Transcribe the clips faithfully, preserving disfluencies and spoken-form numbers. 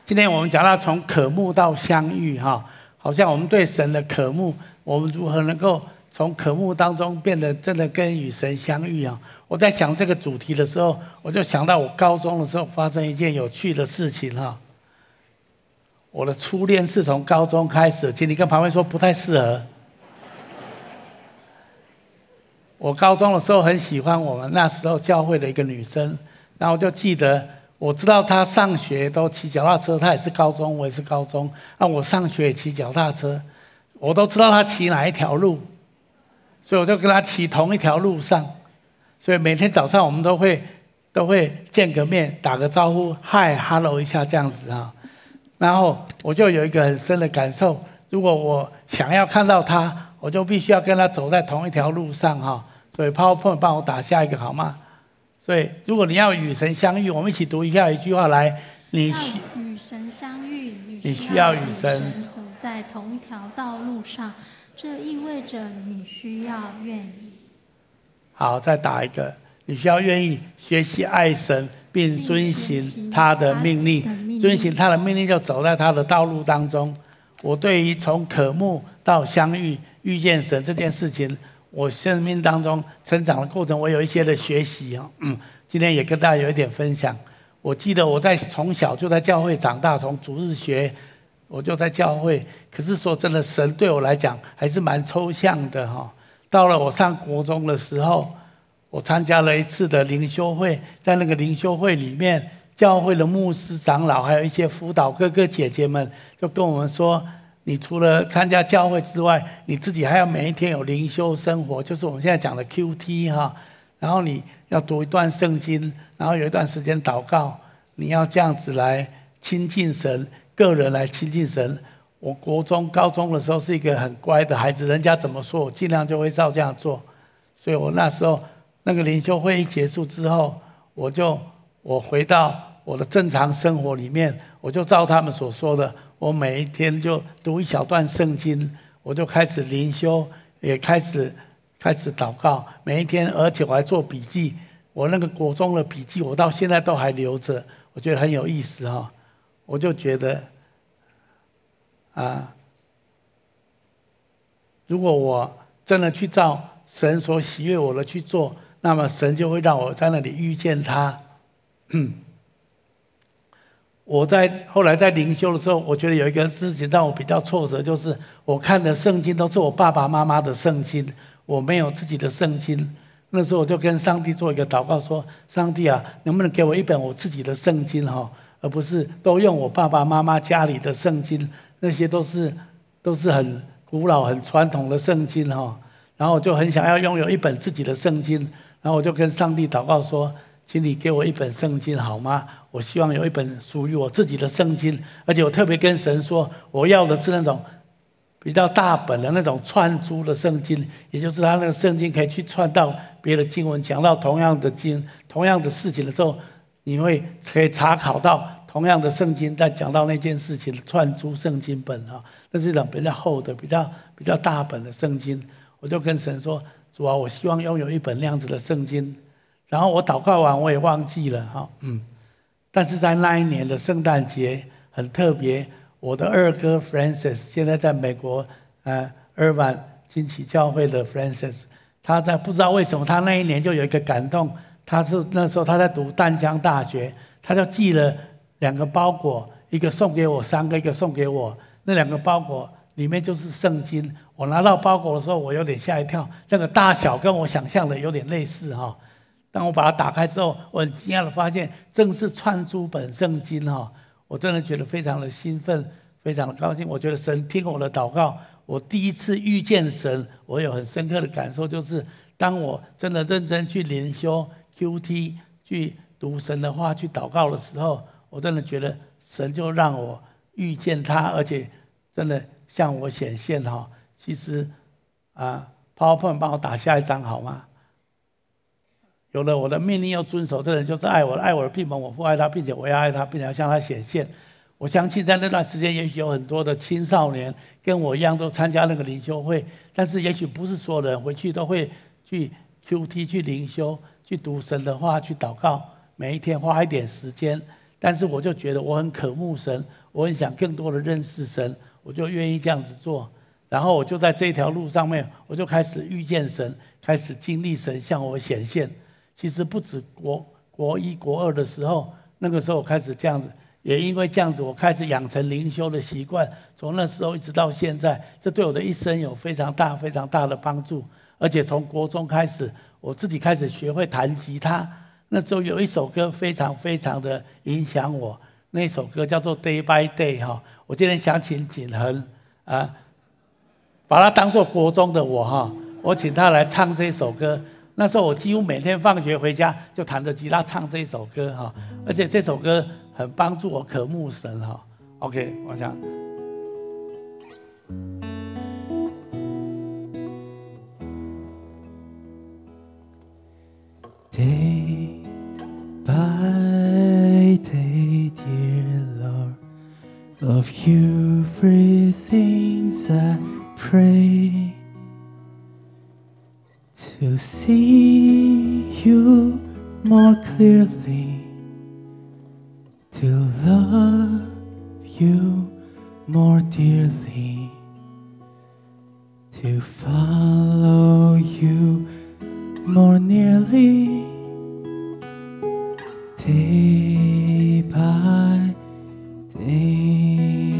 今天我们讲到从渴慕到相遇，哈，好像我们对神的渴慕，我们如何能够从渴慕当中变得真的跟与神相遇啊？我在想这个主题的时候，我就想到我高中的时候发生一件有趣的事情哈。我的初恋是从高中开始，请你跟旁边说不太适合。我高中的时候很喜欢我们那时候教会的一个女生，然后我就记得，我知道她上学都骑脚踏车，她也是高中，我也是高中，那我上学也骑脚踏车，我都知道她骑哪一条路，所以我就跟她骑同一条路上，所以每天早上我们都会都会见个面，打个招呼，嗨 ，hello 一下这样子啊。然后我就有一个很深的感受，如果我想要看到她，我就必须要跟她走在同一条路上哈。所以 PowerPoint 帮我打下一个好吗？所以如果你要与神相遇，我们一起读一下一句话来：你需与神相遇， 你需要与神走在同一条道路上，这意味着你需要愿意。 好，再打一个，你需要愿意学习爱神，并遵行他的命令，遵行他的命令就走在他的道路当中。我对于从渴慕到相遇、遇见神这件事情，我生命当中成长的过程，我有一些的学习啊，嗯，今天也跟大家有一点分享。我记得我在从小就在教会长大，从主日学我就在教会。可是说真的，神对我来讲还是蛮抽象的哈。到了我上国中的时候，我参加了一次的灵修会，在那个灵修会里面，教会的牧师长老还有一些辅导哥哥姐姐们就跟我们说，你除了参加教会之外，你自己还要每一天有灵修生活，就是我们现在讲的 Q T 哈。然后你要读一段圣经，然后有一段时间祷告，你要这样子来亲近神，个人来亲近神。我国中、高中的时候是一个很乖的孩子，人家怎么说我尽量就会照这样做。所以我那时候那个灵修会议结束之后，我就我回到我的正常生活里面，我就照他们所说的。我每一天就读一小段圣经，我就开始灵修，也开始开始祷告，每一天，而且我还做笔记。我那个国中的笔记，我到现在都还留着，我觉得很有意思哈。我就觉得，啊，如果我真的去照神所喜悦我的去做，那么神就会让我在那里遇见他。嗯。我在后来在灵修的时候，我觉得有一个事情让我比较挫折，就是我看的圣经都是我爸爸妈妈的圣经，我没有自己的圣经。那时候我就跟上帝做一个祷告说，上帝啊，能不能给我一本我自己的圣经哈，而不是都用我爸爸妈妈家里的圣经，那些都是都是很古老很传统的圣经哈。然后我就很想要拥有一本自己的圣经，然后我就跟上帝祷告说，请你给我一本圣经好吗？我希望有一本属于我自己的圣经，而且我特别跟神说，我要的是那种比较大本的那种串珠的圣经，也就是他那个圣经可以去串到别的经文，讲到同样的经、同样的事情的时候，你会可以查考到同样的圣经，在讲到那件事情的串珠圣经本啊，那是一种比较厚的、比较比较大本的圣经。我就跟神说，主啊，我希望拥有一本那样子的圣经。然后我祷告完，我也忘记了哈，嗯。但是在那一年的圣诞节很特别，我的二哥 Francis 现在在美国呃 Irvine 金旗教会的 Francis， 他在不知道为什么他那一年就有一个感动，他是那时候他在读淡江大学，他就寄了两个包裹，一个送给我，三个一个送给我，那两个包裹里面就是圣经。我拿到包裹的时候，我有点吓一跳，那个大小跟我想象的有点类似哈。当我把它打开之后，我很惊讶的发现，正是串珠本圣经哈！我真的觉得非常的兴奋，非常的高兴。我觉得神听我的祷告，我第一次遇见神，我有很深刻的感受，就是当我真的认真去灵修 Q T 去读神的话、去祷告的时候，我真的觉得神就让我遇见他，而且真的向我显现哈！其实啊 ，PowerPoint 帮我打下一张好吗？有了我的命令要遵守，这人就是爱我的，爱我的必蒙我父爱他，并且我要爱他，并且要向他显现。我相信在那段时间，也许有很多的青少年跟我一样都参加那个灵修会，但是也许不是所有人回去都会去 Q T 去灵修，去读神的话，去祷告，每一天花一点时间。 但是我就觉得我很渴慕神，我很想更多的认识神，我就愿意这样子做。然后我就在这条路上面，我就开始遇见神，开始经历神向我显现。其实不止国国一国二的时候，那个时候我开始这样子，也因为这样子，我开始养成灵修的习惯。从那时候一直到现在，这对我的一生有非常大非常大的帮助。而且从国中开始，我自己开始学会弹吉他。那时候有一首歌非常非常的影响我，那首歌叫做《Day by Day》哈。我今天想请景恒啊，把它当作国中的我哈，我请他来唱这首歌。那时候我几乎每天放学回家就弹着吉他唱这首歌哈，而且这首歌很帮助我渴慕神哈。OK， 我想。 Day by day, dear Lord, of you free things I pray, to see you more clearly, to love you more dearly, to follow you more nearly, day by day.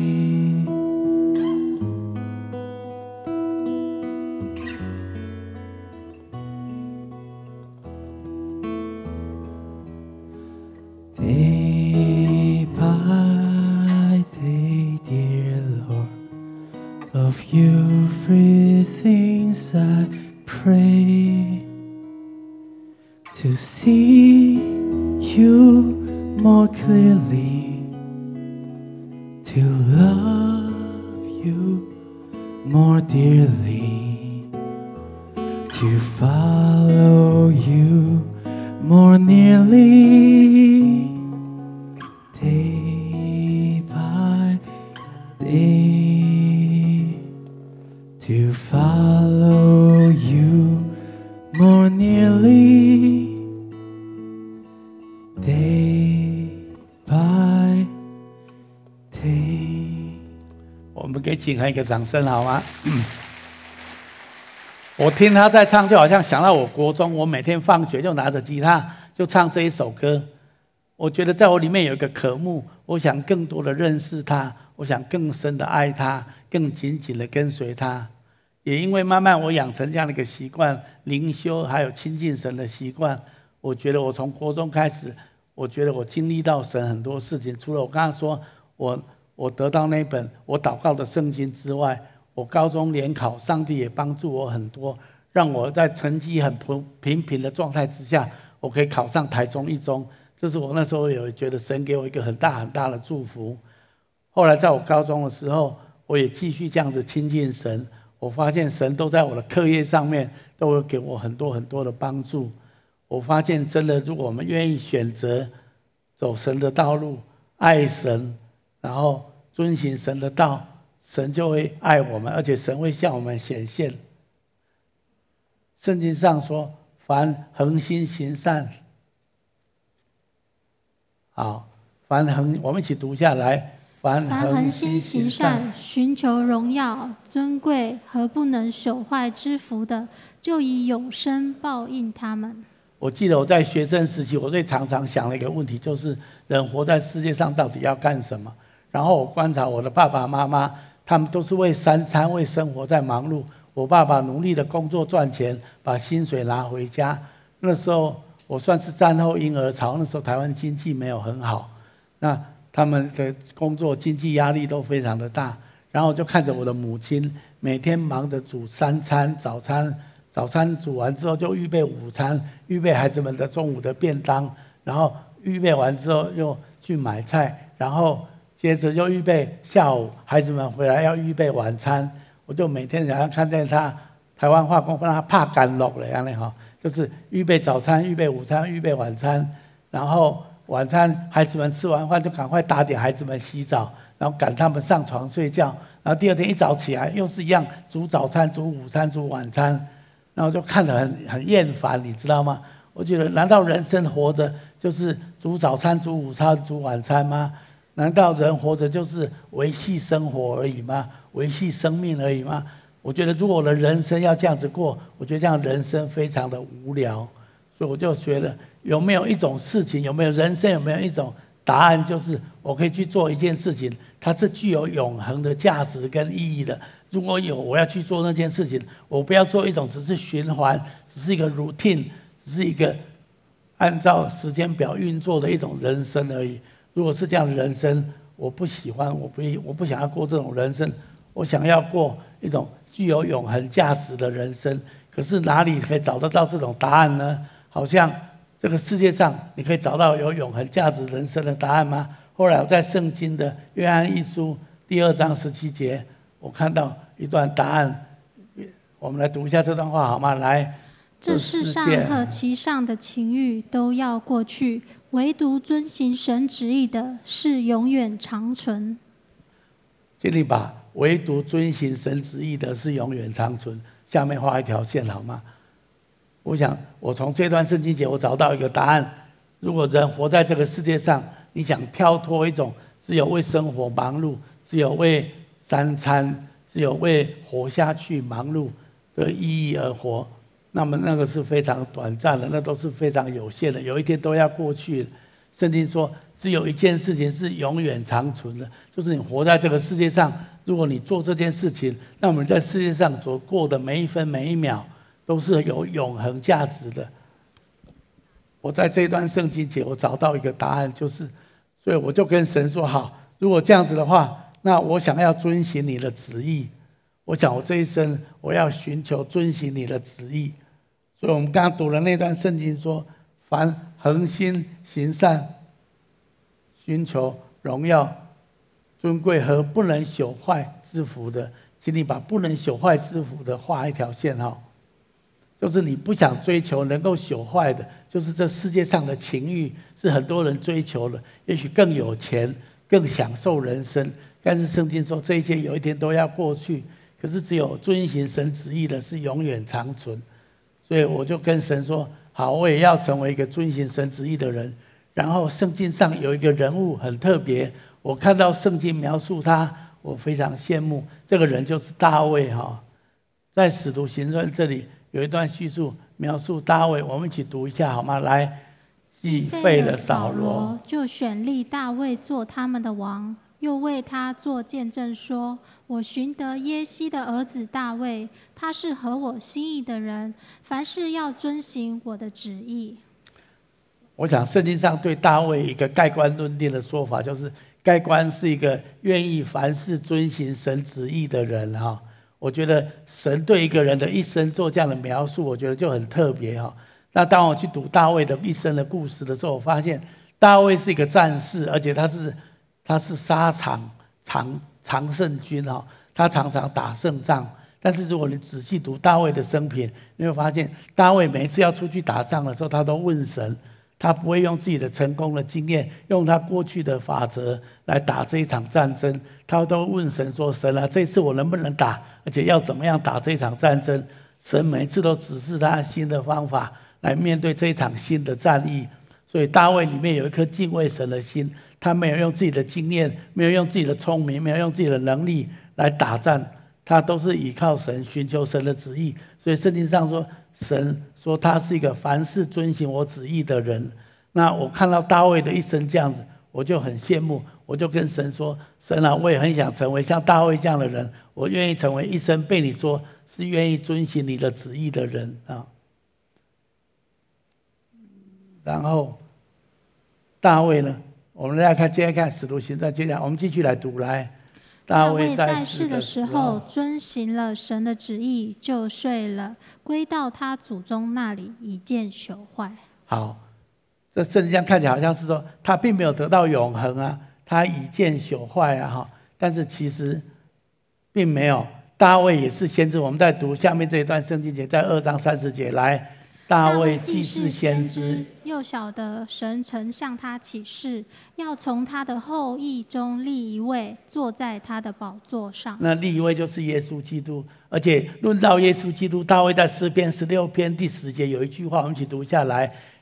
Day by day, dear Lord, of you free things I pray, to see you more clearly, to love you more dearly, to follow you more nearly, day by day, to follow you more nearly, day by day。 我们给景恒一个掌声好吗？我听他在唱，就好像想到我国中，我每天放学就拿着吉他就唱这一首歌。我觉得在我里面有一个渴慕，我想更多的认识他，我想更深的爱他，更紧紧的跟随他。也因为慢慢我养成这样的一个习惯，灵修还有亲近神的习惯，我觉得我从国中开始，我觉得我经历到神很多事情。除了我刚刚说我我得到那本我祷告的圣经之外，我高中联考，上帝也帮助我很多，让我在成绩很平平的状态之下，我可以考上台中一中。这是我那时候有觉得神给我一个很大很大的祝福。后来在我高中的时候，我也继续这样子亲近神，我发现神都在我的课业上面都有给我很多很多的帮助。我发现真的，如果我们愿意选择走神的道路，爱神，然后遵行神的道，神就会爱我们，而且神会向我们显现。圣经上说，凡恒心行善，好，凡恒，我们一起读下来。凡恒心行善，寻求荣耀、尊贵和不能朽坏之福的，就以永生报应他们。 我记得我在学生时期，我最常常想的一个问题就是：人活在世界上到底要干什么？然后我观察我的爸爸妈妈，他们都是为三餐、为生活在忙碌。我爸爸努力的工作赚钱，把薪水拿回家。那时候我算是战后婴儿潮，那时候台湾经济没有很好，那他们的工作经济压力都非常的大。然后我就看着我的母亲每天忙着煮三餐，早餐早餐煮完之后就预备午餐，预备孩子们的中午的便当，然后预备完之后又去买菜，然后接着又预备下午孩子们回来要预备晚餐。我就每天早上看见他，台湾话讲他怕干落了，这样哈，就是预备早餐、预备午餐、预备晚餐，然后晚餐孩子们吃完饭就赶快打点孩子们洗澡，然后赶他们上床睡觉，然后第二天一早起来又是一样煮早餐、煮午餐、煮晚餐，然后就看得很很厌烦，你知道吗？我觉得难道人生活着就是煮早餐、煮午餐、煮晚餐吗？难道人活着就是维系生活而已吗？维系生命而已吗？我觉得如果我的人生要这样子过，我觉得这样人生非常的无聊。所以我就觉得有没有一种事情，有没有人生，有没有一种答案，就是我可以去做一件事情，它是具有永恒的价值跟意义的。如果有，我要去做那件事情，我不要做一种只是循环，只是一个 routine， 只是一个按照时间表运作的一种人生而已。如果是这样的人生，我不喜欢，我不我不想要过这种人生，我想要过一种具有永恒价值的人生。可是哪里可以找得到这种答案呢？好像这个世界上你可以找到有永恒价值人生的答案吗？后来我在圣经的约翰一书第二章十七节，我看到一段答案，我们来读一下这段话好吗？来， 这世上和其上的情欲都要过去，唯独遵行神旨意的是永远长存。 请你把唯独遵行神旨意的是永远长存下面画一条线好吗？我想我从这段圣经节我找到一个答案。如果人活在这个世界上，你想跳脱一种只有为生活忙碌，只有为三餐，只有为活下去忙碌的意义而活，那么那个是非常短暂的，那都是非常有限的，有一天都要过去的。圣经说只有一件事情是永远长存的，就是你活在这个世界上，如果你做这件事情，那么你在世界上所过的每一分每一秒都是有永恒价值的。我在这段圣经节我找到一个答案，就是所以我就跟神说，好，如果这样子的话，那我想要遵行你的旨意，我想我这一生我要寻求遵行你的旨意。所以我们刚刚读了那段圣经说，凡恒心行善，寻求荣耀尊贵和不能朽坏之福的，请你把不能朽坏之福的画一条线哈，就是你不想追求能够朽坏的，就是这世界上的情欲是很多人追求的，也许更有钱更享受人生，但是圣经说这些有一天都要过去，可是只有遵行神旨意的是永远长存。所以我就跟神说，好，我也要成为一个遵行神旨意的人。然后圣经上有一个人物很特别，我看到圣经描述他，我非常羡慕。这个人就是大卫哈，在使徒行传这里有一段叙述描述大卫，我们一起读一下好吗？来，既废了扫罗， 就选立大卫做他们的王，又为他做见证说，我寻得耶西的儿子大卫，他是合我心意的人，凡事要遵行我的旨意。 我想圣经上对大卫一个盖棺论定的说法，就是盖棺是一个愿意凡事遵行神旨意的人哈。我觉得神对一个人的一生做这样的描述，我觉得就很特别哈。那当我去读大卫的一生的故事的时候，我发现大卫是一个战士，而且他是他是沙场常常胜军哈，他常常打胜仗。但是如果你仔细读大卫的生平，你会发现大卫每一次要出去打仗的时候，他都问神。他不会用自己的成功的经验，用他过去的法则来打这一场战争，他都问神说，神啊，这次我能不能打，而且要怎么样打这一场战争。神每一次都指示他新的方法来面对这一场新的战役。所以大卫里面有一颗敬畏神的心，他没有用自己的经验，没有用自己的聪明，没有用自己的能力来打战，他都是依靠神，寻求神的旨意。所以圣经上说，神说他是一个凡事遵行我旨意的人。那我看到大卫的一生这样子，我就很羡慕，我就跟神说，神啊，我也很想成为像大卫这样的人，我愿意成为一生被你说是愿意遵行你的旨意的人啊。然后大卫呢，我们来看接下来看使徒行传，接下来我们继续来读来。 大卫在世的时候遵行了神的旨意，就睡了，归到他祖宗那里，以见朽坏。 好，这圣经上看起来好像是说他并没有得到永恒啊，他以见朽坏啊哈，但是其实并没有。大卫也是先知，我们在读下面这一段圣经节，在二章三十节来。大卫既是先知， 又晓得神曾向他起誓，要从他的后裔中立一位，坐在他的宝座上。 那立一位就是耶稣基督。而且论到耶稣基督，大卫在诗篇十六篇第十节有一句话，我们一起读下来：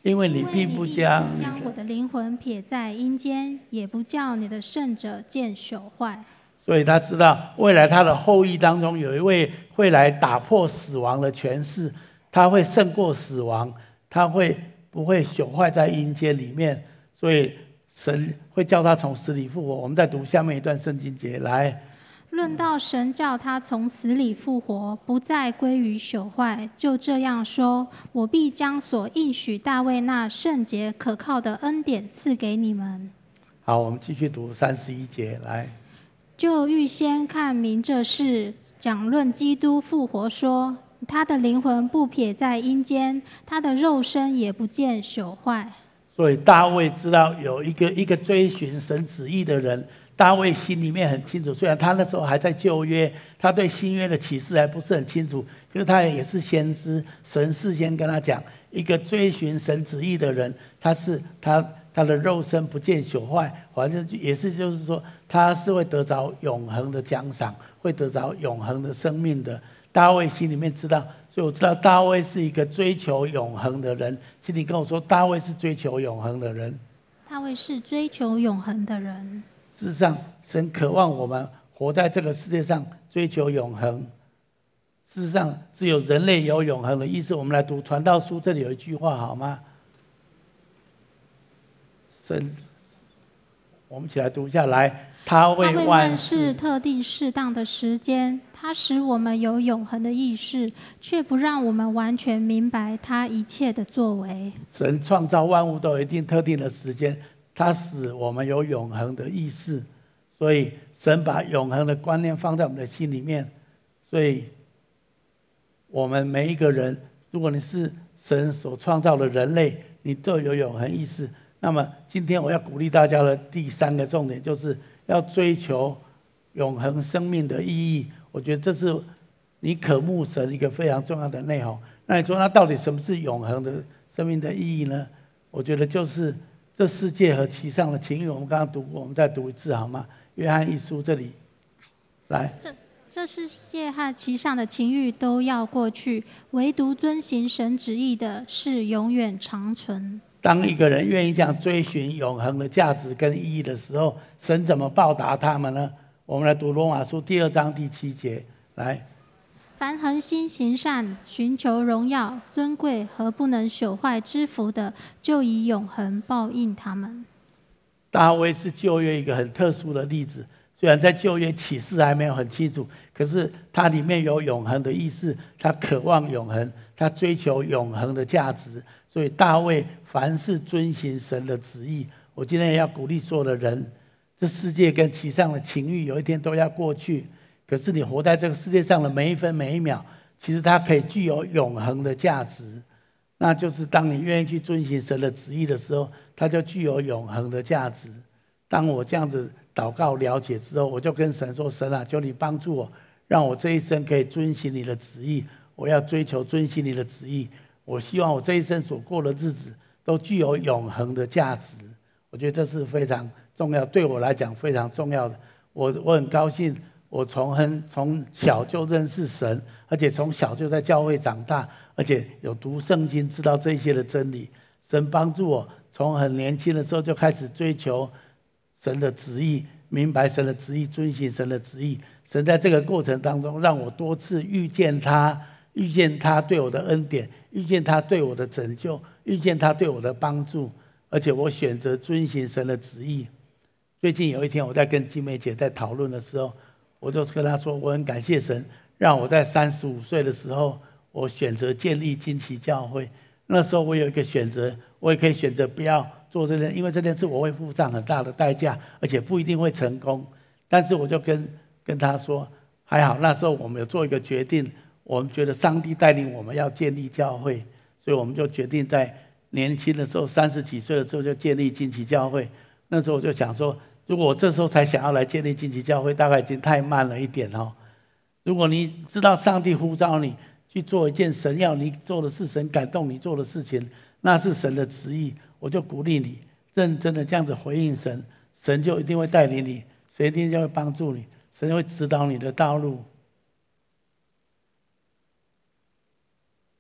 因为你因为并不你将你的将我的灵魂撇在阴间，也不叫你的圣者见朽坏。 所以他知道未来他的后裔当中有一位会来打破死亡的权势，他会胜过死亡，他会不会朽坏在阴间里面，所以神会叫他从死里复活。我们再读下面一段圣经节来。 论到神叫他从死里复活，不再归于朽坏，就这样说：我必将所应许大卫那圣洁可靠的恩典赐给你们。 好，我们继续读三十一节来。 就预先看明这事，讲论基督复活说，他的灵魂不撇在阴间，他的肉身也不见朽坏。 所以大卫知道有一个一个追寻神旨意的人，大卫心里面很清楚，虽然他那时候还在旧约，他对新约的启示还不是很清楚，可是他也是先知，神事先跟他讲，一个追寻神旨意的人，他是他他的肉身不见朽坏，反正也是就是说，他是会得着永恒的奖赏，会得着永恒的生命的。大卫心里面知道，所以我知道大卫是一个追求永恒的人。其实你跟我说，大卫是追求永恒的人。 大卫是追求永恒的人。 事实上，神渴望我们活在这个世界上，追求永恒。事实上，只有人类有永恒的意思。我们来读传道书，这里有一句话好吗？神，我们一起来读一下来。他为万事特定适当的时间，他使我们有永恒的意识，却不让我们完全明白他一切的作为。 神创造万物都有一定特定的时间，他使我们有永恒的意识，所以神把永恒的观念放在我们的心里面。所以我们每一个人，如果你是神所创造的人类，你都有永恒意识。那么今天我要鼓励大家的第三个重点，就是要追求永恒生命的意义。我觉得这是你渴慕神一个非常重要的内容。那你说，那到底什么是永恒的生命的意义呢？我觉得就是这世界和其上的情欲。我们刚刚读过，我们再读一次好吗？约翰一书这里来。 这这世界和其上的情欲都要过去，唯独遵行神旨意的是永远长存。 当一个人愿意这样追寻永恒的价值跟意义的时候，神怎么报答他们呢？我们来读罗马书第二章第七节来。 凡恒心行善、寻求荣耀、尊贵和不能朽坏之福的，就以永恒报应他们。 大卫是旧约一个很特殊的例子，虽然在旧约启示还没有很清楚，可是它里面有永恒的意思，他渴望永恒，他追求永恒的价值。所以大卫凡是遵行神的旨意。我今天也要鼓励所有的人，这世界跟其上的情欲有一天都要过去，可是你活在这个世界上的每一分每一秒，其实它可以具有永恒的价值。那就是当你愿意去遵行神的旨意的时候，它就具有永恒的价值。当我这样子祷告了解之后，我就跟神说，神啊，求你帮助我，让我这一生可以遵行你的旨意，我要追求遵行你的旨意。我希望我这一生所过的日子都具有永恒的价值。我觉得这是非常重要，对我来讲非常重要的。我我很高兴，我从很从小就认识神，而且从小就在教会长大，而且有读圣经，知道这些的真理。神帮助我从很年轻的时候就开始追求神的旨意，明白神的旨意，遵行神的旨意。神在这个过程当中，让我多次遇见他，遇见他对我的恩典，遇见他对我的拯救，遇见他对我的帮助，而且我选择遵行神的旨意。最近有一天，我在跟金梅姐在讨论的时候，我就跟她说，我很感谢神，让我在三十五岁的时候，我选择建立金旗教会。那时候我有一个选择，我也可以选择不要做这件，因为这件事我会付上很大的代价，而且不一定会成功。但是我就跟跟她说，还好那时候我们有做一个决定，我们觉得上帝带领我们要建立教会，所以我们就决定在年轻的时候，三十几岁的时候就建立金旗教会。那时候我就想说，如果我这时候才想要来建立金旗教会，大概已经太慢了一点哦。如果你知道上帝呼召你去做一件神要你做的事，神感动你做的事情，那是神的旨意，我就鼓励你认真的这样子回应神，神就一定会带领你，神一定就会帮助你，神会指导你的道路。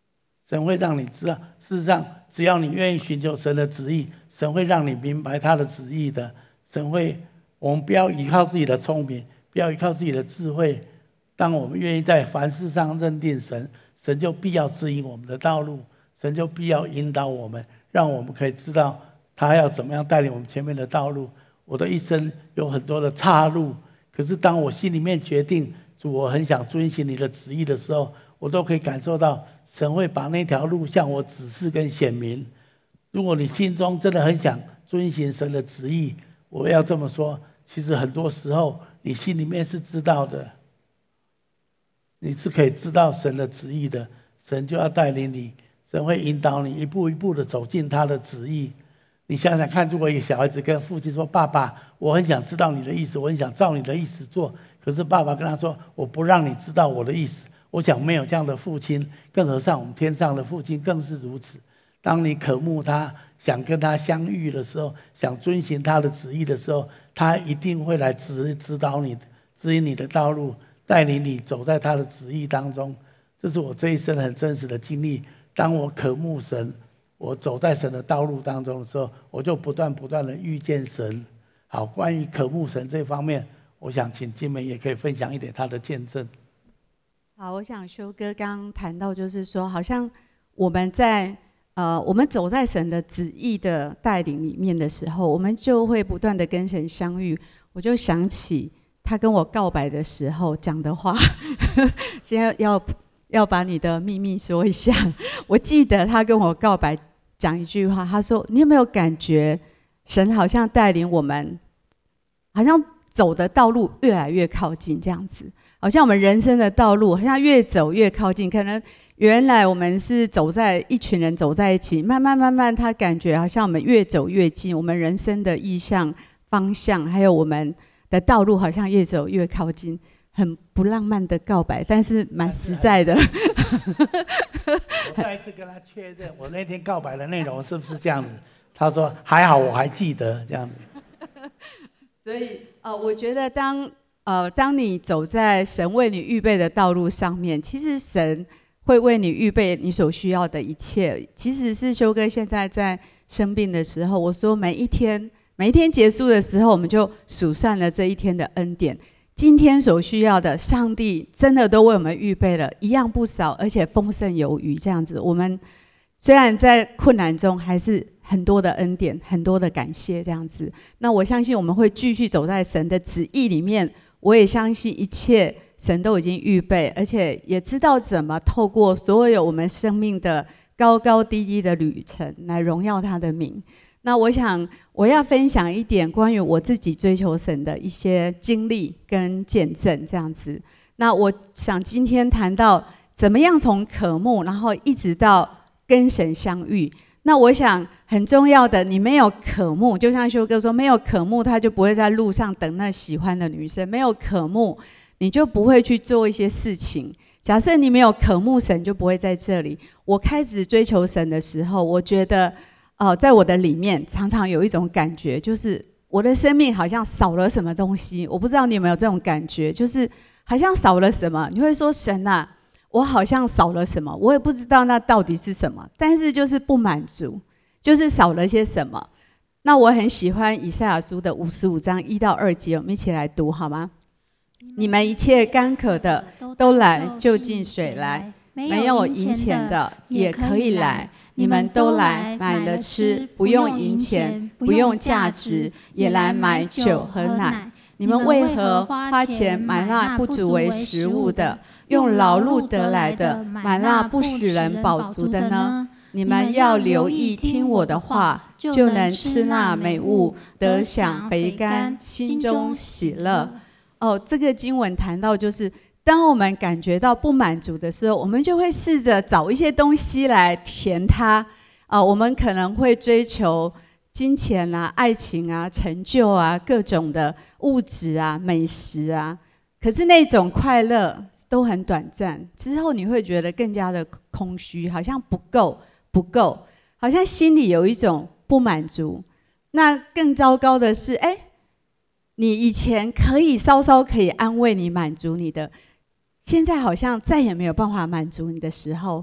神会让你知道，事实上，只要你愿意寻求神的旨意，神会让你明白他的旨意的。神会，我们不要依靠自己的聪明，不要依靠自己的智慧。当我们愿意在凡事上认定神，神就必要指引我们的道路，神就必要引导我们，让我们可以知道他要怎么样带领我们前面的道路。我的一生有很多的岔路，可是当我心里面决定，主，我很想遵循你的旨意的时候，我都可以感受到神会把那条路向我指示跟显明。如果你心中真的很想遵循神的旨意，我要这么说，其实很多时候你心里面是知道的，你是可以知道神的旨意的，神就要带领你，神会引导你一步一步的走进他的旨意。你想想看，如果一个小孩子跟父亲说，爸爸，我很想知道你的意思，我很想照你的意思做，可是爸爸跟他说，我不让你知道我的意思。我想没有这样的父亲，更何况我们天上的父亲更是如此。当你渴慕他，想跟他相遇的时候，想遵循他的旨意的时候，他一定会来指指导你，指引你的道路，带领你走在他的旨意当中。这是我这一生很真实的经历。当我渴慕神，我走在神的道路当中的时候，我就不断不断的遇见神。好，关于渴慕神这方面，我想请金梅也可以分享一点她的见证。 好，我想修哥刚刚谈到，就是说，好像我们在呃，我们走在神的旨意的带领里面的时候，我们就会不断的跟神相遇。我就想起他跟我告白的时候讲的话，现在要要把你的秘密说一下。我记得他跟我告白讲一句话，他说：“你有没有感觉神好像带领我们，好像走的道路越来越靠近这样子？好像我们人生的道路好像越走越靠近。可能原来我们是走在一群人走在一起，慢慢慢慢，他感觉好像我们越走越近，我们人生的意向、方向，还有我们的道路，好像越走越靠近。”很不浪漫的告白，但是蛮实在的。 我再一次跟他确认，我那天告白的内容是不是这样子？他说还好，我还记得这样子。 所以，呃，我觉得当呃当你走在神为你预备的道路上面，其实神会为你预备你所需要的一切。其实是修哥现在在生病的时候，我说每一天每一天结束的时候，我们就数算了这一天的恩典。今天所需要的，上帝真的都为我们预备了，一样不少，而且丰盛有余。这样子，我们虽然在困难中，还是很多的恩典，很多的感谢。这样子，那我相信我们会继续走在神的旨意里面。我也相信一切神都已经预备，而且也知道怎么透过所有我们生命的高高低低的旅程，来荣耀他的名。那我想我要分享一点关于我自己追求神的一些经历跟见证这样子。那我想今天谈到怎么样从渴慕，然后一直到跟神相遇。那我想很重要的，你没有渴慕，就像修哥说，没有渴慕他就不会在路上等那喜欢的女生，没有渴慕你就不会去做一些事情。假设你没有渴慕神，就不会在这里。我开始追求神的时候，我觉得哦，在我的里面常常有一种感觉，就是我的生命好像少了什么东西。我不知道你有没有这种感觉，就是好像少了什么。你会说神啊，我好像少了什么，我也不知道那到底是什么，但是就是不满足，就是少了些什么。那我很喜欢以赛亚书的五十五章一到二节，我们一起来读好吗？你们一切干渴的都来就近水来，没有银钱的也可以来，你们都来买了吃，不用银钱，不用价值，也来买酒和奶。你们为何花钱买那不足为食物的，用劳碌得来的买那不使人饱足的呢？你们要留意听我的话，就能吃那美物，得享肥甘，心中喜乐。哦，这个经文谈到，就是当我们感觉到不满足的时候，我们就会试着找一些东西来填它。啊、呃，我们可能会追求金钱啊、爱情啊、成就啊、各种的物质啊、美食啊。可是那种快乐都很短暂，之后你会觉得更加的空虚，好像不够，不够，好像心里有一种不满足。那更糟糕的是，哎。你以前可以稍稍可以安慰你、满足你的，现在好像再也没有办法满足你的时候，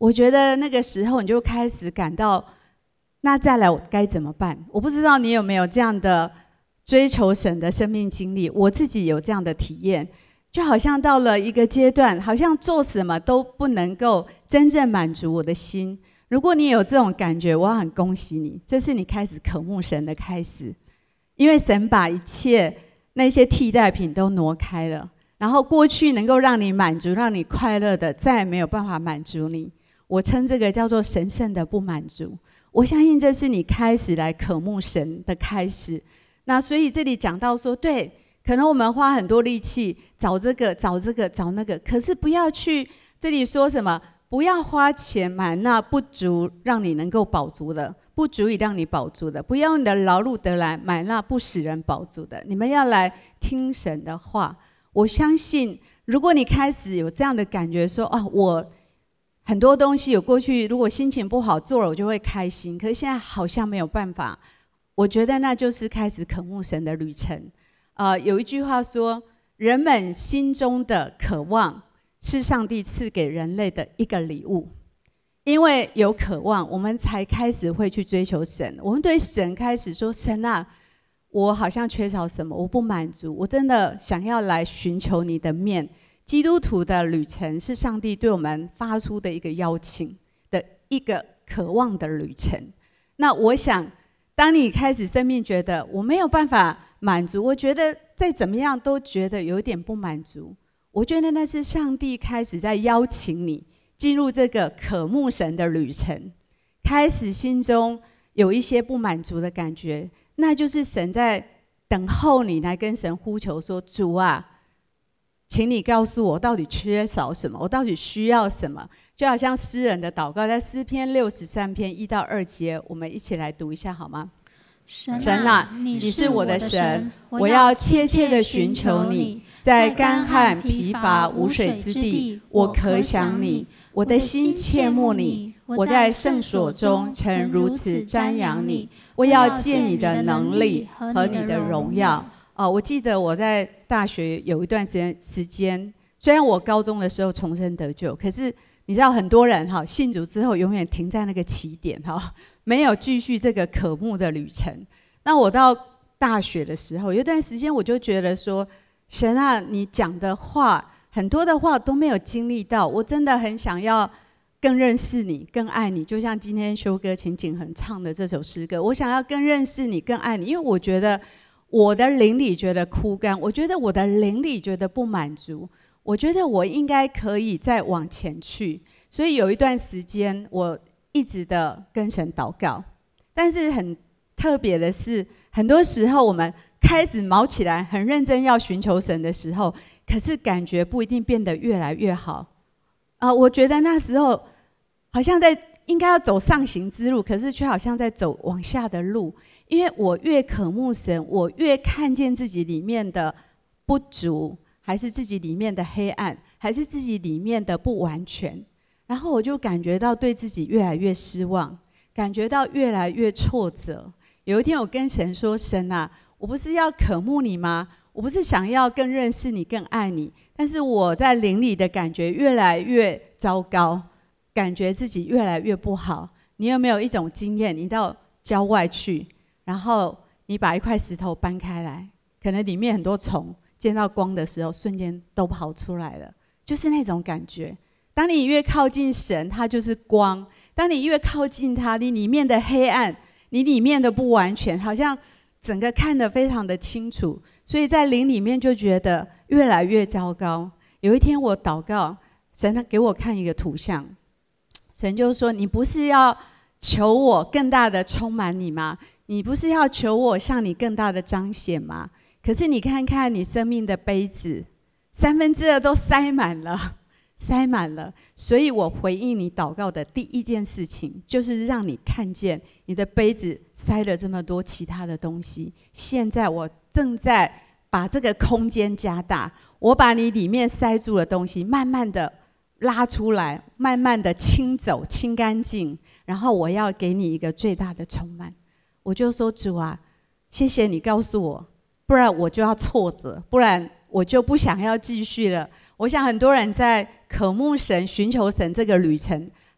我觉得那个时候你就开始感到，那再来我该怎么办？我不知道你有没有这样的追求神的生命经历，我自己有这样的体验，就好像到了一个阶段，好像做什么都不能够真正满足我的心。如果你有这种感觉，我要很恭喜你，这是你开始渴慕神的开始，因为神把一切那些替代品都挪开了，然后过去能够让你满足、让你快乐的，再也没有办法满足你。我称这个叫做神圣的不满足。我相信这是你开始来渴慕神的开始。那所以这里讲到说，对，可能我们花很多力气找这个、找这个、找那个，可是不要去这里说什么，不要花钱买那不足让你能够饱足的，不足以让你饱足的，不要你的劳碌得来买那不使人饱足的。你们要来听神的话。我相信，如果你开始有这样的感觉说，啊，我很多东西有过去，如果心情不好做了，我就会开心。可是现在好像没有办法，我觉得那就是开始渴慕神的旅程。呃，有一句话说，人们心中的渴望是上帝赐给人类的一个礼物。因为有渴望，我们才开始会去追求神。我们对神开始说，神啊，我好像缺少什么，我不满足，我真的想要来寻求你的面。基督徒的旅程是上帝对我们发出的一个邀请的一个渴望的旅程。那我想，当你开始生命觉得我没有办法满足，我觉得再怎么样都觉得有点不满足，我觉得那是上帝开始在邀请你进入这个渴慕神的旅程，开始心中有一些不满足的感觉，那就是神在等候你来跟神呼求说，主啊，请你告诉我到底缺少什么，我到底需要什么。就好像诗人的祷告，在诗篇六十三篇一到二节，我们一起来读一下好吗？ 神啊，你是我的神，我要切切地寻求你，在干旱疲乏无水之地，我渴想你，我的心切慕你。我在圣所中曾如此瞻仰你，我要见你的能力和你的荣耀。哦，我记得我在大学有一段时间时间，虽然我高中的时候重生得救，可是你知道很多人哈信主之后永远停在那个起点哈，没有继续这个渴慕的旅程。那我到大学的时候，有一段时间我就觉得说，神啊，你讲的话很多的话都没有经历到，我真的很想要更认识你，更爱你。就像今天修哥秦景恒唱的这首诗歌，我想要更认识你，更爱你，因为我觉得我的灵里觉得枯干，我觉得我的灵里觉得不满足，我觉得我应该可以再往前去。所以有一段时间我一直的跟神祷告，但是很特别的是，很多时候我们开始毛起来很认真要寻求神的时候，可是感觉不一定变得越来越好。呃、我觉得那时候好像在应该要走上行之路，可是却好像在走往下的路。因为我越渴慕神，我越看见自己里面的不足，还是自己里面的黑暗，还是自己里面的不完全，然后我就感觉到对自己越来越失望，感觉到越来越挫折。有一天我跟神说，神啊，我不是要渴慕你吗？我不是想要更认识你，更爱你，但是我在灵里的感觉越来越糟糕，感觉自己越来越不好。你有没有一种经验，你到郊外去，然后你把一块石头搬开来，可能里面很多虫，见到光的时候瞬间都跑出来了，就是那种感觉。当你越靠近神，他就是光，当你越靠近他，你里面的黑暗，你里面的不完全，好像整个看得非常的清楚，所以在灵里面就觉得越来越糟糕。有一天我祷告，神给我看一个图像，神就说，你不是要求我更大的充满你吗？你不是要求我向你更大的彰显吗？可是你看看你生命的杯子，三分之二都塞满了，塞满了。所以我回应你祷告的第一件事情，就是让你看见你的杯子塞了这么多其他的东西。现在我正在把这个空间加大，我把你里面塞住的东西慢慢的拉出来，慢慢的清走，清干净，然后我要给你一个最大的充满。我就说，主啊，谢谢你告诉我，不然我就要挫折，不然我就不想要继续了。我想很多人在渴慕神、寻求神这个旅程，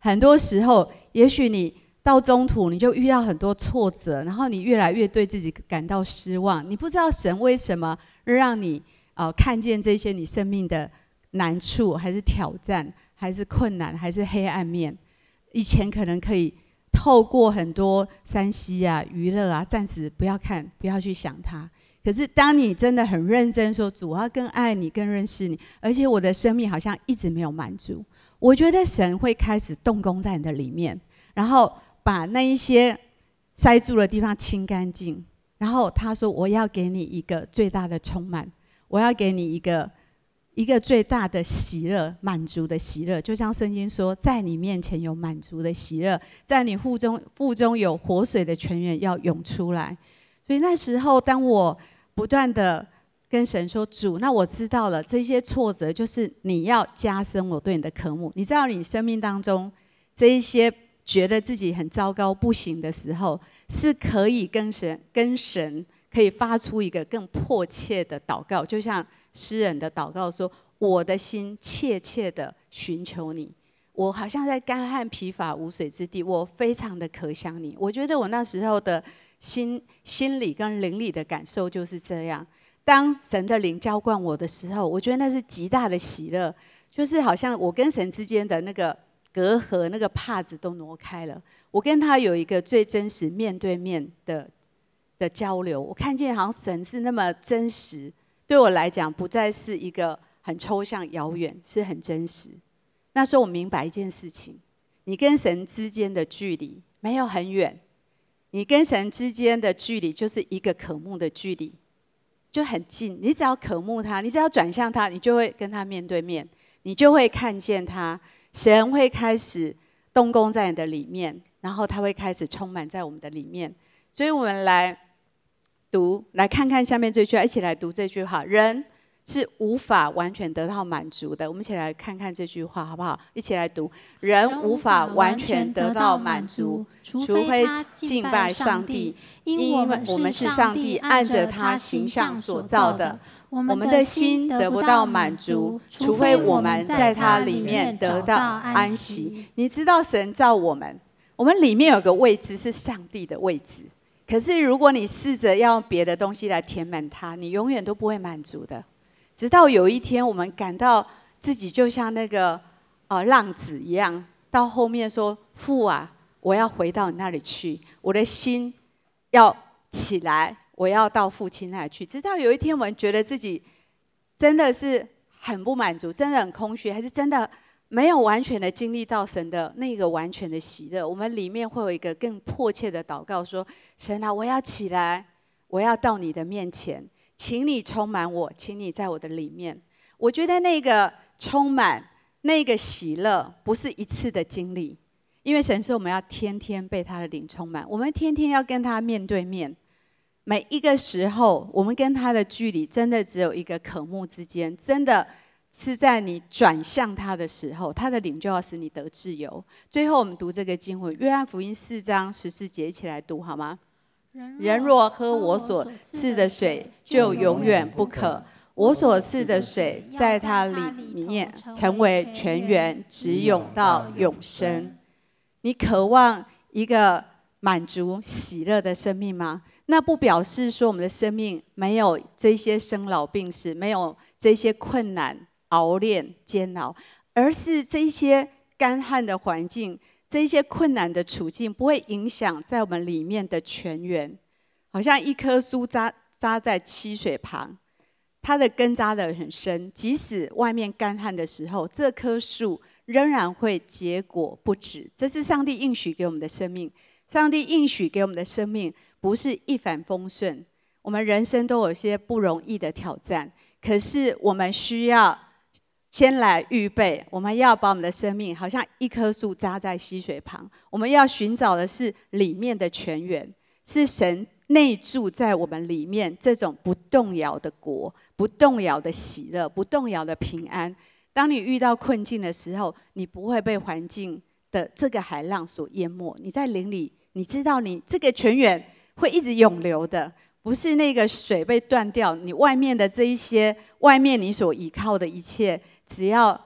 很多时候，也许你到中途你就遇到很多挫折，然后你越来越对自己感到失望。你不知道神为什么让你呃看见这些你生命的难处，还是挑战，还是困难，还是黑暗面。以前可能可以透过很多三 C 啊、娱乐啊，暂时不要看，不要去想它。可是当你真的很认真说，主，我要更爱你，更认识你，而且我的生命好像一直没有满足，我觉得神会开始动工在你的里面，然后把那一些塞住的地方清干净。然后他说，我要给你一个最大的充满，我要给你一个一个最大的喜乐，满足的喜乐。就像圣经说，在你面前有满足的喜乐，在你腹中腹中有活水的泉源要涌出来。所以那时候当我不断的跟神说，主，那我知道了，这些挫折就是你要加深我对你的渴慕。你知道你生命当中这一些觉得自己很糟糕不行的时候，是可以跟神跟神可以发出一个更迫切的祷告，就像诗人的祷告说，我的心切切的寻求你，我好像在干旱疲乏无水之地，我非常的渴想你。我觉得我那时候的心心理跟灵里的感受就是这样。当神的灵浇灌我的时候，我觉得那是极大的喜乐，就是好像我跟神之间的那个隔阂、那个帕子都挪开了，我跟他有一个最真实面对面的的交流。我看见好像神是那么真实，对我来讲不再是一个很抽象遥远，是很真实。那时候我明白一件事情，你跟神之间的距离没有很远，你跟神之间的距离就是一个渴慕的距离，就很近。你只要渴慕他，你只要转向他，你就会跟他面对面，你就会看见他。神会开始动工在你的里面，然后他会开始充满在我们的里面。所以我们来读，来看看下面这句话，一起来读这句话。人是无法完全得到满足的。我们一起来看看这句话好不好？一起来读。人无法完全得到满足，除非敬拜上帝，因为我们是上帝按着他形象所造的。我们的心得不到满足，除非我们在他里面得到安息。你知道神造我们，我们里面有个位置是上帝的位置，可是如果你试着要用别的东西来填满它，你永远都不会满足的。直到有一天我们感到自己就像那个呃浪子一样，到后面说，父啊，我要回到你那里去，我的心要起来，我要到父亲那里去。直到有一天我们觉得自己真的是很不满足，真的很空虚，还是真的没有完全的经历到神的那个完全的喜乐，我们里面会有一个更迫切的祷告说，神啊，我要起来，我要到你的面前，请你充满我，请你在我的里面。我觉得那个充满，那个喜乐不是一次的经历，因为神说我们要天天被他的灵充满，我们天天要跟他面对面。每一个时候我们跟他的距离真的只有一个渴慕之间，真的是在你转向他的时候，他的灵就要使你得自由。最后我们读这个经文，约翰福音四章十四节，一起来读好吗？人若喝我所赐的水，就永远不渴。我所赐的水在它里面成为泉源，直涌到永生。你渴望一个满足喜乐的生命吗？那不表示说我们的生命没有这些生老病死，没有这些困难熬炼煎熬，而是这些干旱的环境，这些困难的处境不会影响在我们里面的泉源。好像一棵树扎扎在溪水旁，它的根扎得很深，即使外面干旱的时候，这棵树仍然会结果不止。这是上帝应许给我们的生命。上帝应许给我们的生命不是一帆风顺，我们人生都有一些不容易的挑战，可是我们需要先来预备，我们要把我们的生命好像一棵树扎在溪水旁，我们要寻找的是里面的泉源，是神内住在我们里面这种不动摇的国，不动摇的喜乐，不动摇的平安。当你遇到困境的时候，你不会被环境的这个海浪所淹没，你在灵里，你知道你这个泉源会一直涌流的，不是那个水被断掉，你外面的这一些，外面你所依靠的一切，只要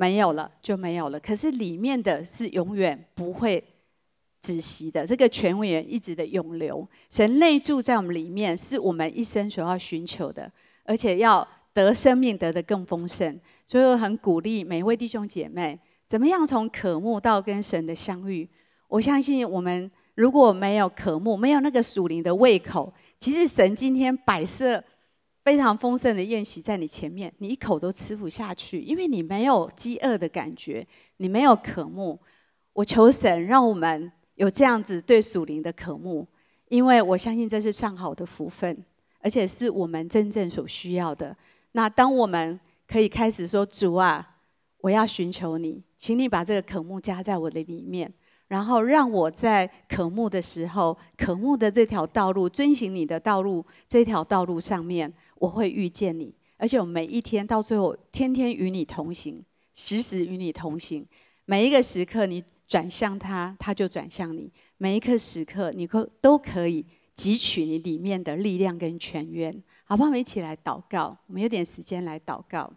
没有了就没有了，可是里面的是永远不会止息的，这个泉源一直的涌流。神内住在我们里面，是我们一生所要寻求的，而且要得生命得得更丰盛。所以我很鼓励每一位弟兄姐妹，怎么样从渴慕到跟神的相遇。我相信我们如果没有渴慕，没有那个属灵的胃口，其实神今天摆设非常丰盛的宴席在你前面，你一口都吃不下去，因为你没有饥饿的感觉，你没有渴慕。我求神让我们有这样子对属灵的渴慕，因为我相信这是上好的福分，而且是我们真正所需要的。那当我们可以开始说，主啊，我要寻求你，请你把这个渴慕加在我的里面，然后让我在渴慕的时候，渴慕的这条道路，遵行你的道路，这条道路上面我会遇见你，而且我每一天到最后天天与你同行，时时与你同行。每一个时刻你转向他，他就转向你，每一个时刻你都可以汲取你里面的力量跟泉源。好不好？我们一起来祷告，我们有点时间来祷告。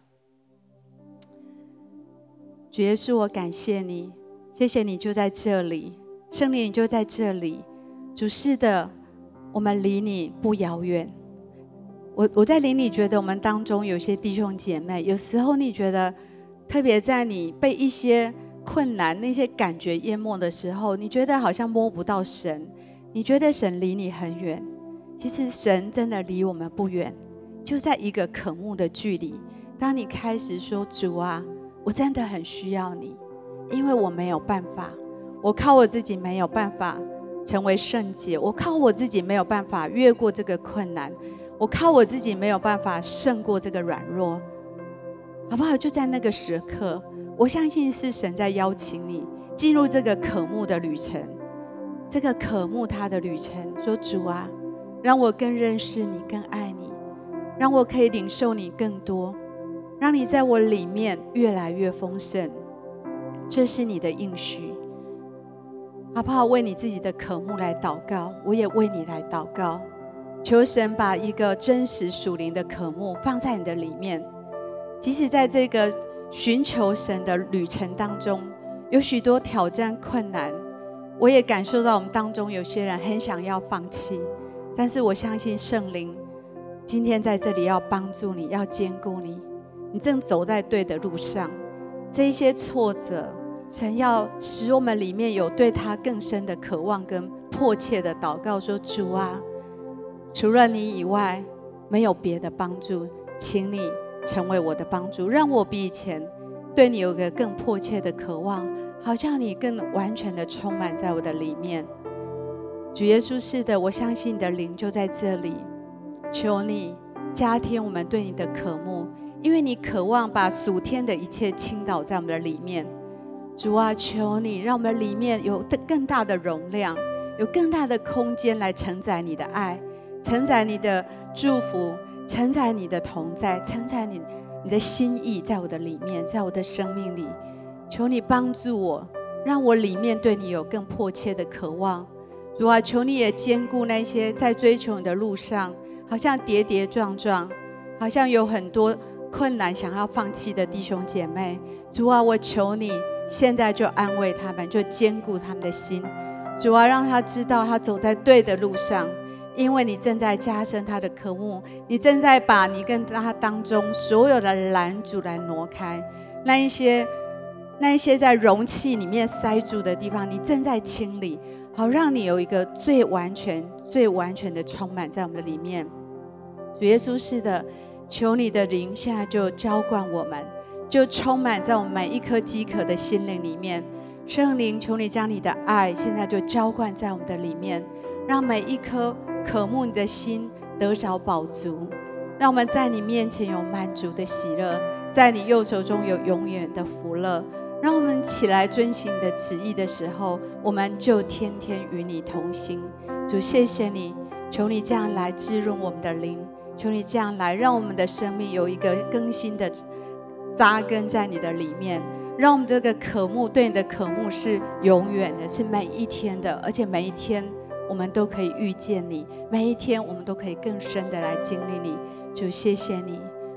主耶稣，我感谢你，谢谢你就在这里，圣灵你就在这里。主，是的，我们离你不遥远。我我在灵里觉得我们当中有些弟兄姐妹，有时候你觉得，特别在你被一些困难、那些感觉淹没的时候，你觉得好像摸不到神，你觉得神离你很远。其实神真的离我们不远，就在一个渴慕的距离。当你开始说，主啊，我真的很需要你，因为我没有办法，我靠我自己没有办法成为圣洁，我靠我自己没有办法越过这个困难，我靠我自己没有办法胜过这个软弱，好不好？就在那个时刻，我相信是神在邀请你进入这个渴慕的旅程，这个渴慕他的旅程。说，主啊，让我更认识你，更爱你，让我可以领受你更多，让你在我里面越来越丰盛。这是你的应许，好不好？为你自己的渴慕来祷告，我也为你来祷告，求神把一个真实属灵的渴慕放在你的里面。即使在这个寻求神的旅程当中，有许多挑战困难，我也感受到我们当中有些人很想要放弃，但是我相信圣灵今天在这里要帮助你，要坚固你，你正走在对的路上。这一些挫折，神要使我们里面有对他更深的渴望跟迫切的祷告，说，主啊，除了你以外没有别的帮助，请你成为我的帮助，让我比以前对你有个更迫切的渴望，好像你更完全的充满在我的里面。主耶稣，是的，我相信你的灵就在这里，求你加添我们对你的渴慕，因为你渴望把属天的一切倾倒在我们的里面。主啊，求你让我们里面有更大的容量，有更大的空间来承载你的爱，承载你的祝福，承载你的同在，承载你你的心意在我的里面，在我的生命里。求你帮助我，让我里面对你有更迫切的渴望。主啊，求你也坚固那些在追求你的路上好像跌跌撞撞，好像有很多困难想要放弃的弟兄姐妹。主啊，我求你现在就安慰他们，就坚固他们的心。主啊，让他知道他走在对的路上，因为你正在加深他的渴慕，你正在把你跟他当中所有的拦阻来挪开，那一些那一些在容器里面塞住的地方，你正在清理，好让你有一个最完全最完全的充满在我们的里面。主耶稣，是的，求你的灵现在就浇灌我们，就充满在我们每一颗饥渴的心灵里面。圣灵，求你将你的爱现在就浇灌在我们的里面，让每一颗渴慕你的心得着饱足，让我们在你面前有满足的喜乐，在你右手中有永远的福乐。让我们起来遵行你的旨意的时候，我们就天天与你同行。主，谢谢你，求你这样来滋润我们的灵，求你这样来让我们的生命有一个更新的扎根在你的里面，让我们这个渴慕对你的渴慕是永远的，是每一天的，而且每一天我们都可以遇见你，每一天我们都可以更深的来经历你。主，谢谢你，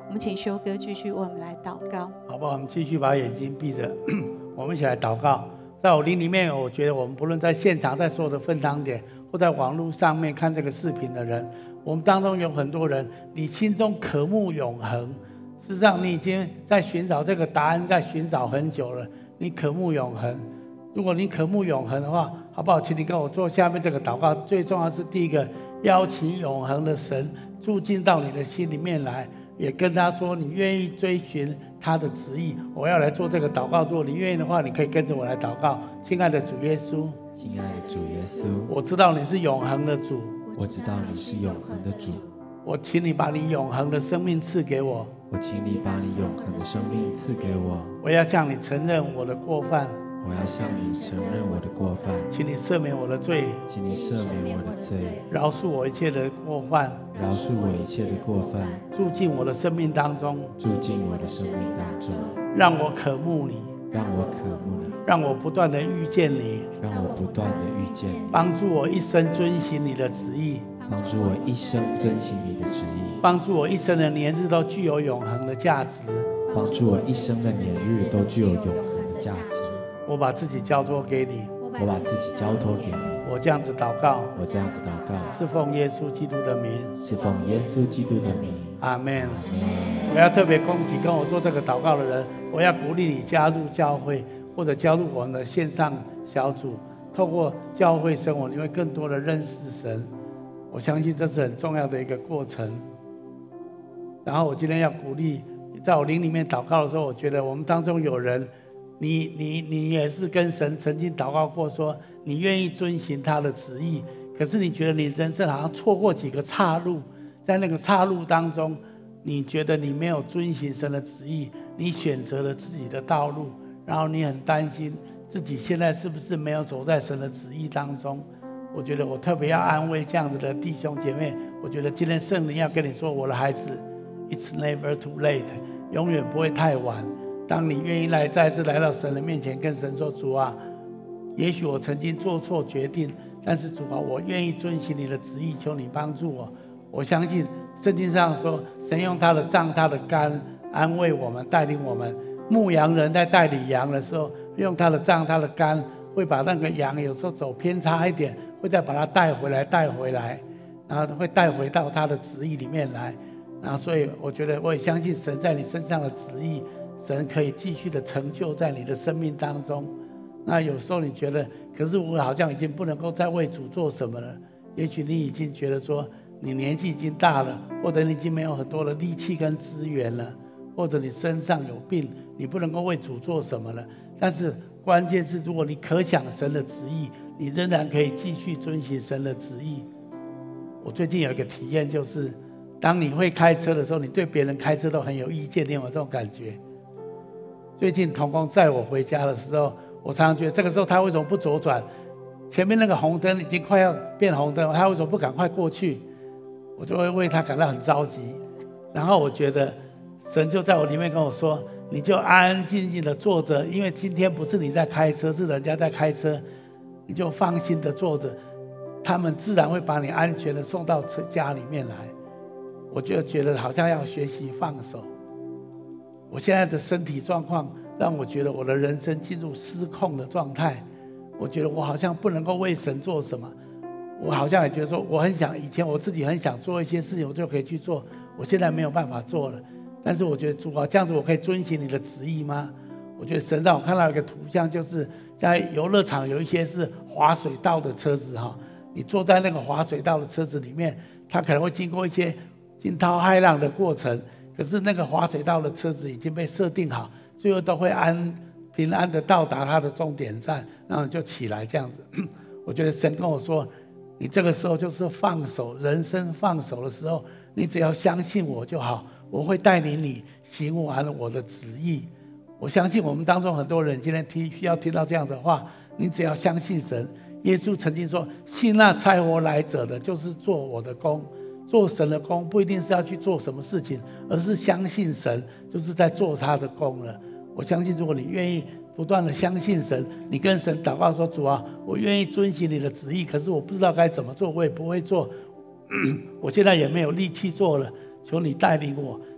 我们请修哥继续为我们来祷告， 好不好？我们继续把眼睛闭着，我们一起来祷告。在我灵里面，我觉得我们不论在现场，在所有的分堂点，或在网络上面看这个视频的人，我们当中有很多人，你心中渴慕永恒，事实上你已经在寻找这个答案，在寻找很久了。你渴慕永恒，如果你渴慕永恒的话，好不好？请你跟我做下面这个祷告。最重要是第一个，邀请永恒的神住进到你的心里面来，也跟他说你愿意追寻他的旨意。我要来做这个祷告，如果你愿意的话，你可以跟着我来祷告。亲爱的主耶稣， 亲爱的主耶稣， 我知道你是永恒的主， 我知道你是永恒的主， 我请你把你永恒的生命赐给我， 我请你把你永恒的生命赐给我， 我要向你承认我的过犯， 我要向你承认我的过犯， 请你赦免我的罪， 请你赦免我的罪， 饶恕我一切的过犯， 饶恕我一切的过犯， 住进我的生命当中， 住进我的生命当中， 让我渴慕你， 让我渴慕你， 让我不断的遇见你， 让我不断的遇见你， 帮助我一生遵行你的旨意， 帮助我一生遵行你的旨意， 帮助我一生的年日都具有永恒的价值， 帮助我一生的年日都具有永恒的价值。 我把自己交托给你， 我把自己交托给你， 我这样子祷告， 我这样子祷告， 是奉耶稣基督的名， 是奉耶稣基督的名。 阿们。我要特别恭喜跟我做这个祷告的人，我要鼓励你加入教会，或者加入我们的线上小组，透过教会生活，你会更多的认识神。我相信这是很重要的一个过程。然后我今天要鼓励，在我灵里面祷告的时候，我觉得我们当中有人，你你你也是跟神曾经祷告过说，你愿意遵行他的旨意，可是你觉得你人生好像错过几个岔路，在那个岔路当中，你觉得你没有遵行神的旨意，你选择了自己的道路，然后你很担心自己现在是不是没有走在神的旨意当中。我觉得我特别要安慰这样子的弟兄姐妹，我觉得今天圣灵要跟你说，我的孩子 It's never too late， 永远不会太晚。当你愿意来再次来到神的面前，跟神说，主啊，也许我曾经做错决定，但是主啊，我愿意遵行你的旨意，求你帮助我。我相信圣经上说，神用他的杖他的竿安慰我们，带领我们。牧羊人在带领羊的时候，用他的杖他的竿，会把那个羊有时候走偏差一点，会再把它带回来带回来，然后会带回到他的旨意里面来。然后所以我觉得我也相信神在你身上的旨意，神可以继续的成就在你的生命当中。那有时候你觉得，可是我好像已经不能够再为主做什么了，也许你已经觉得说你年纪已经大了，或者你已经没有很多的力气跟资源了，或者你身上有病，你不能够为主做什么了。但是关键是，如果你可想神的旨意，你仍然可以继续遵行神的旨意。我最近有一个体验，就是当你会开车的时候，你对别人开车都很有意见，你有没有这种感觉？最近同工载我回家的时候，我常常觉得这个时候他为什么不左转？前面那个红灯已经快要变红灯了，他为什么不赶快过去？我就会为他感到很着急。然后我觉得神就在我里面跟我说，你就安安静静的坐着，因为今天不是你在开车，是人家在开车，你就放心的坐着，他们自然会把你安全的送到家里面来。我就觉得好像要学习放手。我现在的身体状况让我觉得我的人生进入失控的状态，我觉得我好像不能够为神做什么。我好像也觉得说，我很想，以前我自己很想做一些事情，我就可以去做，我现在没有办法做了。但是我觉得主啊，这样子我可以遵行你的旨意吗？我觉得神让我看到一个图像，就是在游乐场有一些是滑水道的车子哈，你坐在那个滑水道的车子里面，它可能会经过一些惊涛骇浪的过程，可是那个滑水道的车子已经被设定好，最后都会安平安的到达它的终点站，然后就起来这样子。我觉得神跟我说，你这个时候就是放手，人生放手的时候，你只要相信我就好，我会带领你行完我的旨意。我相信我们当中很多人今天听需要听到这样的话，你只要相信神。耶稣曾经说，信那差我来者的，就是做我的工。做神的工不一定是要去做什么事情，而是相信神，就是在做他的工了。我相信如果你愿意不断的相信神，你跟神祷告说，主啊，我愿意遵行你的旨意，可是我不知道该怎么做，我也不会做，我现在也没有力气做了，求你带领我。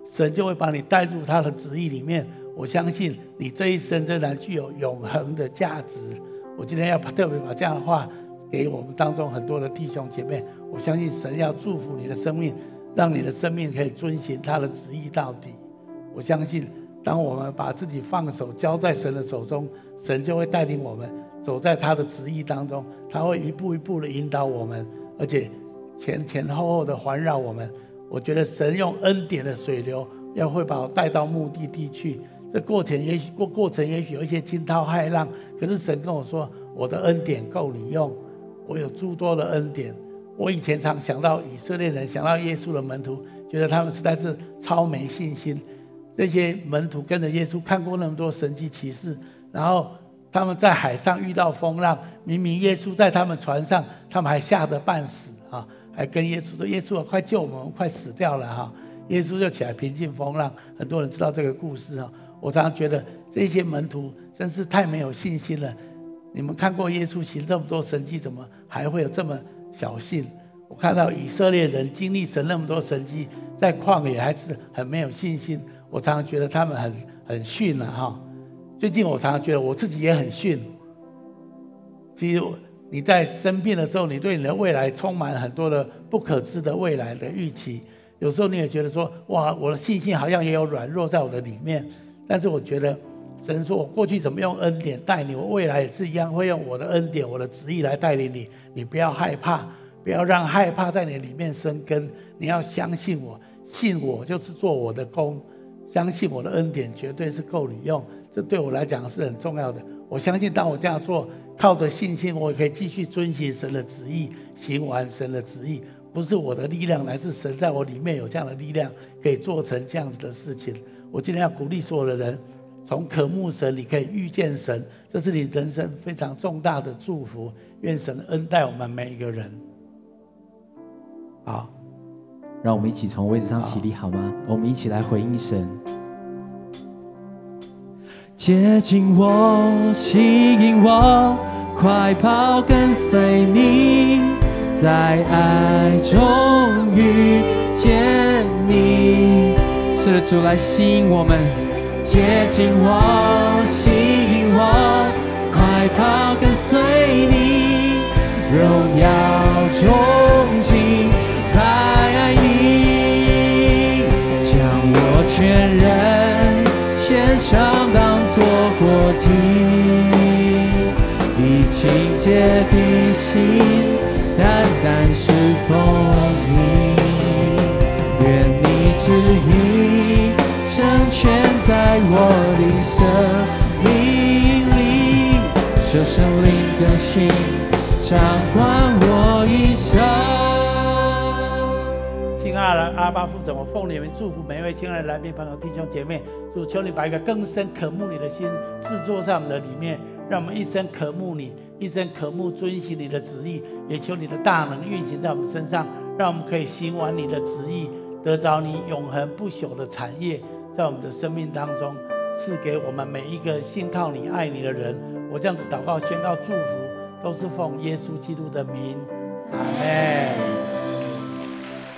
神就会把你带入他的旨意里面。我相信你这一生仍然具有永恒的价值。我今天要特别把这样的话给我们当中很多的弟兄姐妹，我相信神要祝福你的生命，让你的生命可以遵行他的旨意到底。我相信当我们把自己放手交在神的手中，神就会带领我们走在他的旨意当中，他会一步一步的引导我们，而且前前后后的环绕我们。我觉得神用恩典的水流要会把我带到目的地去，这过程也许过过程也许有一些惊涛骇浪，可是神跟我说，我的恩典够你用，我有诸多的恩典。我以前常想到以色列人，想到耶稣的门徒，觉得他们实在是超没信心。这些门徒跟着耶稣看过那么多神迹奇事，然后他们在海上遇到风浪，明明耶稣在他们船上，他们还吓得半死啊，还跟耶稣说：“耶稣啊，快救我们，我们快死掉了哈！”耶稣就起来平静风浪。很多人知道这个故事啊。我常常觉得这些门徒真是太没有信心了。你们看过耶稣行这么多神迹，怎么还会有这么小信？我看到以色列人经历神那么多神迹，在旷野还是很没有信心。我常常觉得他们很很逊啊哈。最近我常常觉得我自己也很逊。其实你在生病的时候，你对你的未来充满很多的不可知的未来的预期。有时候你也觉得说，哇，我的信心好像也有软弱在我的里面。但是我觉得神说，我过去怎么用恩典带你，我未来也是一样会用我的恩典，我的旨意来带领你。你不要害怕，不要让害怕在你里面生根。你要相信我，信我就是做我的工，相信我的恩典绝对是够你用。这对我来讲是很重要的。我相信当我这样做，靠着信心，我也可以继续遵行神的旨意，行完神的旨意。不是我的力量，乃是神在我里面有这样的力量，可以做成这样子的事情。我今天要鼓励所有的人，从渴慕神，你可以遇见神，这是你人生非常重大的祝福。愿神恩待我们每一个人。好， 让我们一起从位置上起立好吗？我们一起来回应神。接近我，吸引我，快跑跟随你，在爱中遇见你。是的，主来吸引我们，接近我，吸引我，快跑跟随你，荣耀中敬拜爱你，将我全人献上当作活祭，以清洁的心单单侍奉你，愿你旨意成全在我的生命里，求圣灵更新掌管我一生。 亲爱的阿爸父神，我奉你们祝福每一位亲爱的来宾朋友弟兄姐妹，主求你把一个更深渴慕你的心制作在我们的里面，让我们一生渴慕你，一生渴慕遵行你的旨意，也求你的大能运行在我们身上，让我们可以行完你的旨意，得着你永恒不朽的产业，在我们的生命当中赐给我们每一个信靠你爱你的人。我这样子祷告宣告祝福，都是奉耶稣基督的名，阿们。